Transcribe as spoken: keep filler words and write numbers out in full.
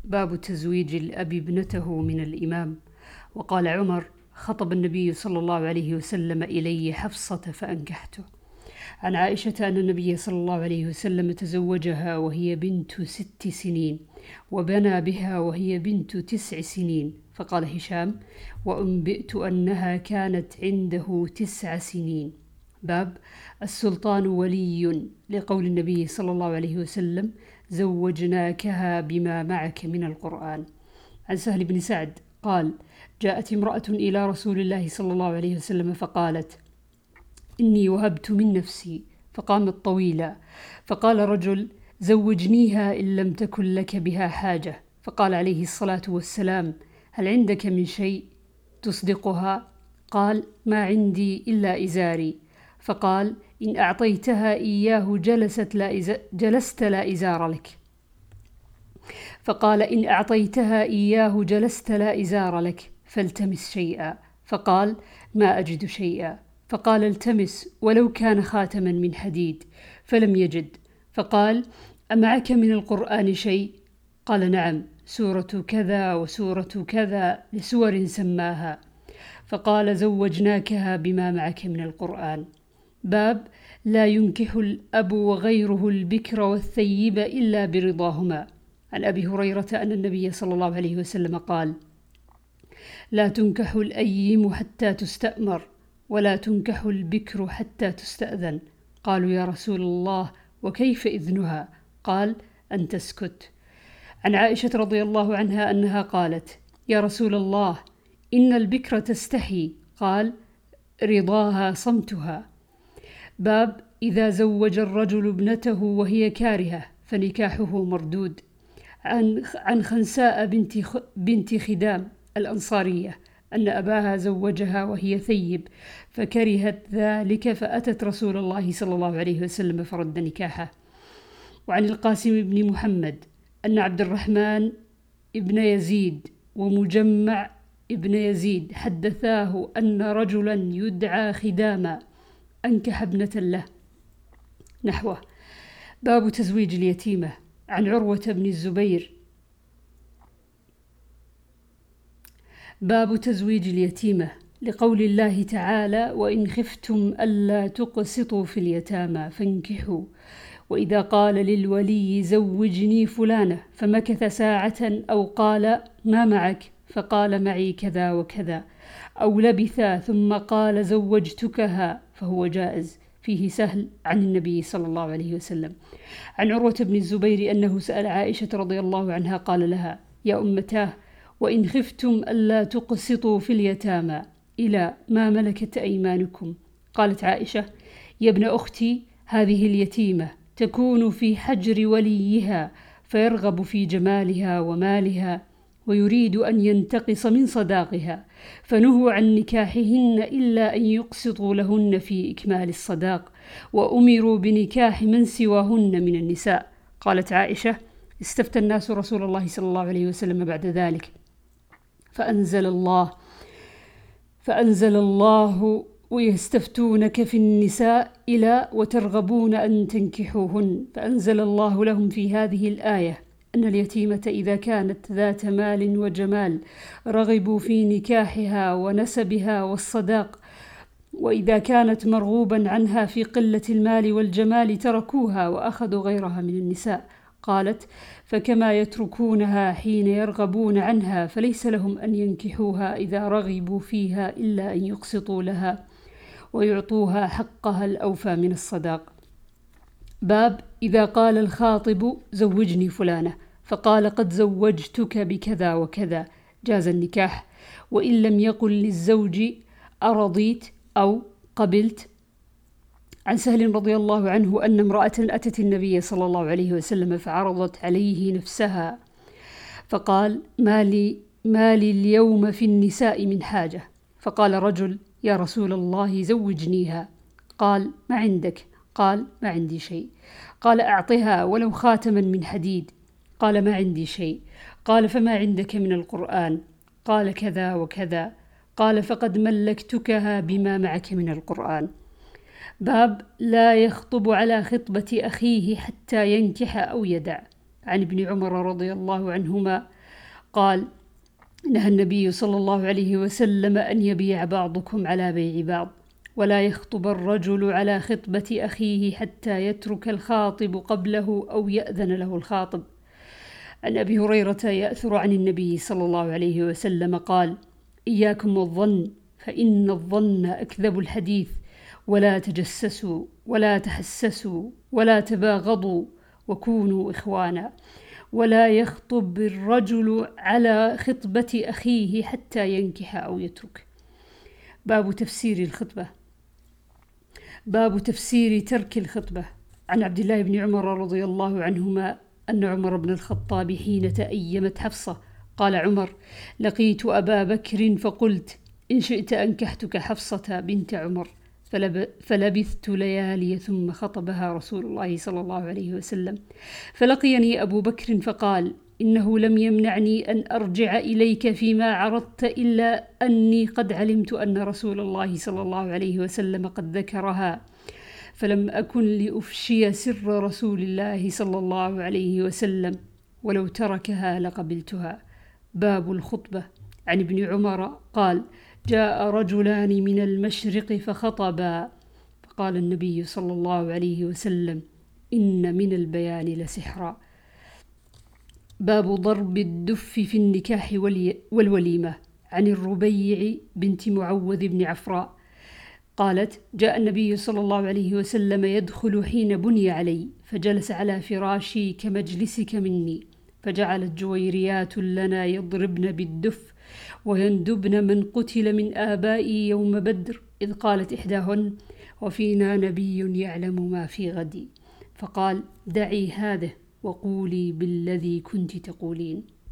باب تزويج الأب ابنته من الإمام. وقال عمر: خطب النبي صلى الله عليه وسلم إلي حفصة فأنكحته. عن عائشة أن النبي صلى الله عليه وسلم تزوجها وهي بنت ست سنين، وبنى بها وهي بنت تسع سنين. فقال هشام: وأنبئت أنها كانت عنده تسع سنين. باب السلطان ولي، لقول النبي صلى الله عليه وسلم: زوجناكها بما معك من القرآن. عن سهل بن سعد قال: جاءت امرأة إلى رسول الله صلى الله عليه وسلم فقالت: إني وهبت من نفسي. فقامت طويلا، فقال رجل: زوجنيها إن لم تكن لك بها حاجة. فقال عليه الصلاة والسلام: هل عندك من شيء تصدقها؟ قال: ما عندي إلا إزاري. فقال: إن أعطيتها إياه جلست لا إز... جلست لا إزار لك. فقال: إن أعطيتها إياه جلست لا إزار لك، فالتمس شيئا. فقال: ما أجد شيئا. فقال: التمس ولو كان خاتما من حديد. فلم يجد. فقال: أمعك من القرآن شيء؟ قال: نعم، سورة كذا وسورة كذا، لسور سماها. فقال: زوجناكها بما معك من القرآن. باب لا ينكح الأب وغيره البكر والثيب إلا برضاهما. عن أبي هريرة أن النبي صلى الله عليه وسلم قال: لا تنكح الأيم حتى تستأمر، ولا تنكح البكر حتى تستأذن. قالوا: يا رسول الله، وكيف إذنها؟ قال: أن تسكت. عن عائشة رضي الله عنها أنها قالت: يا رسول الله، إن البكر تستحي. قال: رضاها صمتها. باب إذا زوج الرجل ابنته وهي كارهة فنكاحه مردود. عن عن خنساء بنت بنت خدام الأنصارية أن أباها زوجها وهي ثيب، فكرهت ذلك فأتت رسول الله صلى الله عليه وسلم فرد نكاحه. وعن القاسم بن محمد أن عبد الرحمن ابن يزيد ومجمع ابن يزيد حدثاه أن رجلا يدعى خداما أنكح ابنة له نحوه. باب تزويج اليتيمة. عن عروة بن الزبير: باب تزويج اليتيمة، لقول الله تعالى: وإن خفتم ألا تقسطوا في اليتامى فانكحوا. وإذا قال للولي: زوجني فلانة، فمكث ساعة أو قال: ما معك؟ فقال: معي كذا وكذا، أو لبث ثم قال: زوجتكها، فهو جائز. فيه سهل عن النبي صلى الله عليه وسلم. عن عروة بن الزبير أنه سأل عائشة رضي الله عنها قال لها: يا أمتاه، وإن خفتم ألا تقسطوا في اليتامى إلى ما ملكت أيمانكم. قالت عائشة: يا ابن أختي، هذه اليتيمة تكون في حجر وليها، فيرغب في جمالها ومالها، ويريد أن ينتقص من صداقها، فنهوا عن نكاحهن إلا أن يقسطوا لهن في إكمال الصداق، وأمروا بنكاح من سواهن من النساء. قالت عائشة: استفتى الناس رسول الله صلى الله عليه وسلم بعد ذلك، فأنزل الله فأنزل الله ويستفتونك في النساء إلى وترغبون أن تنكحوهن. فأنزل الله لهم في هذه الآية أن اليتيمة إذا كانت ذات مال وجمال رغبوا في نكاحها ونسبها والصداق، وإذا كانت مرغوبا عنها في قلة المال والجمال تركوها وأخذوا غيرها من النساء. قالت: فكما يتركونها حين يرغبون عنها، فليس لهم أن ينكحوها إذا رغبوا فيها إلا أن يقسطوا لها ويعطوها حقها الأوفى من الصداق. باب إذا قال الخاطب: زوجني فلانة، فقال: قد زوجتك بكذا وكذا، جاز النكاح، وإن لم يقل للزوج: أرضيت أو قبلت. عن سهل رضي الله عنه أن امرأة أتت النبي صلى الله عليه وسلم فعرضت عليه نفسها، فقال: ما لي, ما لي اليوم في النساء من حاجة. فقال رجل: يا رسول الله، زوجنيها. قال: ما عندك؟ قال: ما عندي شيء. قال: أعطها ولو خاتما من حديد. قال: ما عندي شيء. قال: فما عندك من القرآن؟ قال: كذا وكذا. قال: فقد ملكتكها بما معك من القرآن. باب لا يخطب على خطبة أخيه حتى ينكح أو يدع. عن ابن عمر رضي الله عنهما قال: نهى النبي صلى الله عليه وسلم أن يبيع بعضكم على بيع بعض، ولا يخطب الرجل على خطبة أخيه حتى يترك الخاطب قبله أو يأذن له الخاطب. عن أبي هريرة يأثر عن النبي صلى الله عليه وسلم قال: إياكم والظن، فإن الظن أكذب الحديث، ولا تجسسوا ولا تحسسوا ولا تباغضوا وكونوا إخوانا، ولا يخطب الرجل على خطبة أخيه حتى ينكح أو يترك. باب تفسير الخطبة. باب تفسير ترك الخطبة. عن عبد الله بن عمر رضي الله عنهما أن عمر بن الخطاب حين تأيمت حفصة قال عمر: لقيت أبا بكر فقلت: إن شئت أنكحتك حفصة بنت عمر، فلب فلبثت ليالي ثم خطبها رسول الله صلى الله عليه وسلم، فلقيني أبو بكر فقال: إنه لم يمنعني أن أرجع إليك فيما عرضت إلا أني قد علمت أن رسول الله صلى الله عليه وسلم قد ذكرها، فلم أكن لأفشي سر رسول الله صلى الله عليه وسلم، ولو تركها لقبلتها. باب الخطبة. عن ابن عمر قال: جاء رجلان من المشرق فخطبا، فقال النبي صلى الله عليه وسلم: إن من البيان لسحرا. باب ضرب الدف في النكاح والوليمة. عن الربيع بنت معوذ بن عفراء قالت: جاء النبي صلى الله عليه وسلم يدخل حين بني علي، فجلس على فراشي كمجلسك مني، فجعلت جويريات لنا يضربن بالدف ويندبن من قتل من آبائي يوم بدر، إذ قالت إحداهن: وفينا نبي يعلم ما في غد، فقال: دعي هذا وقولي بالذي كنت تقولين.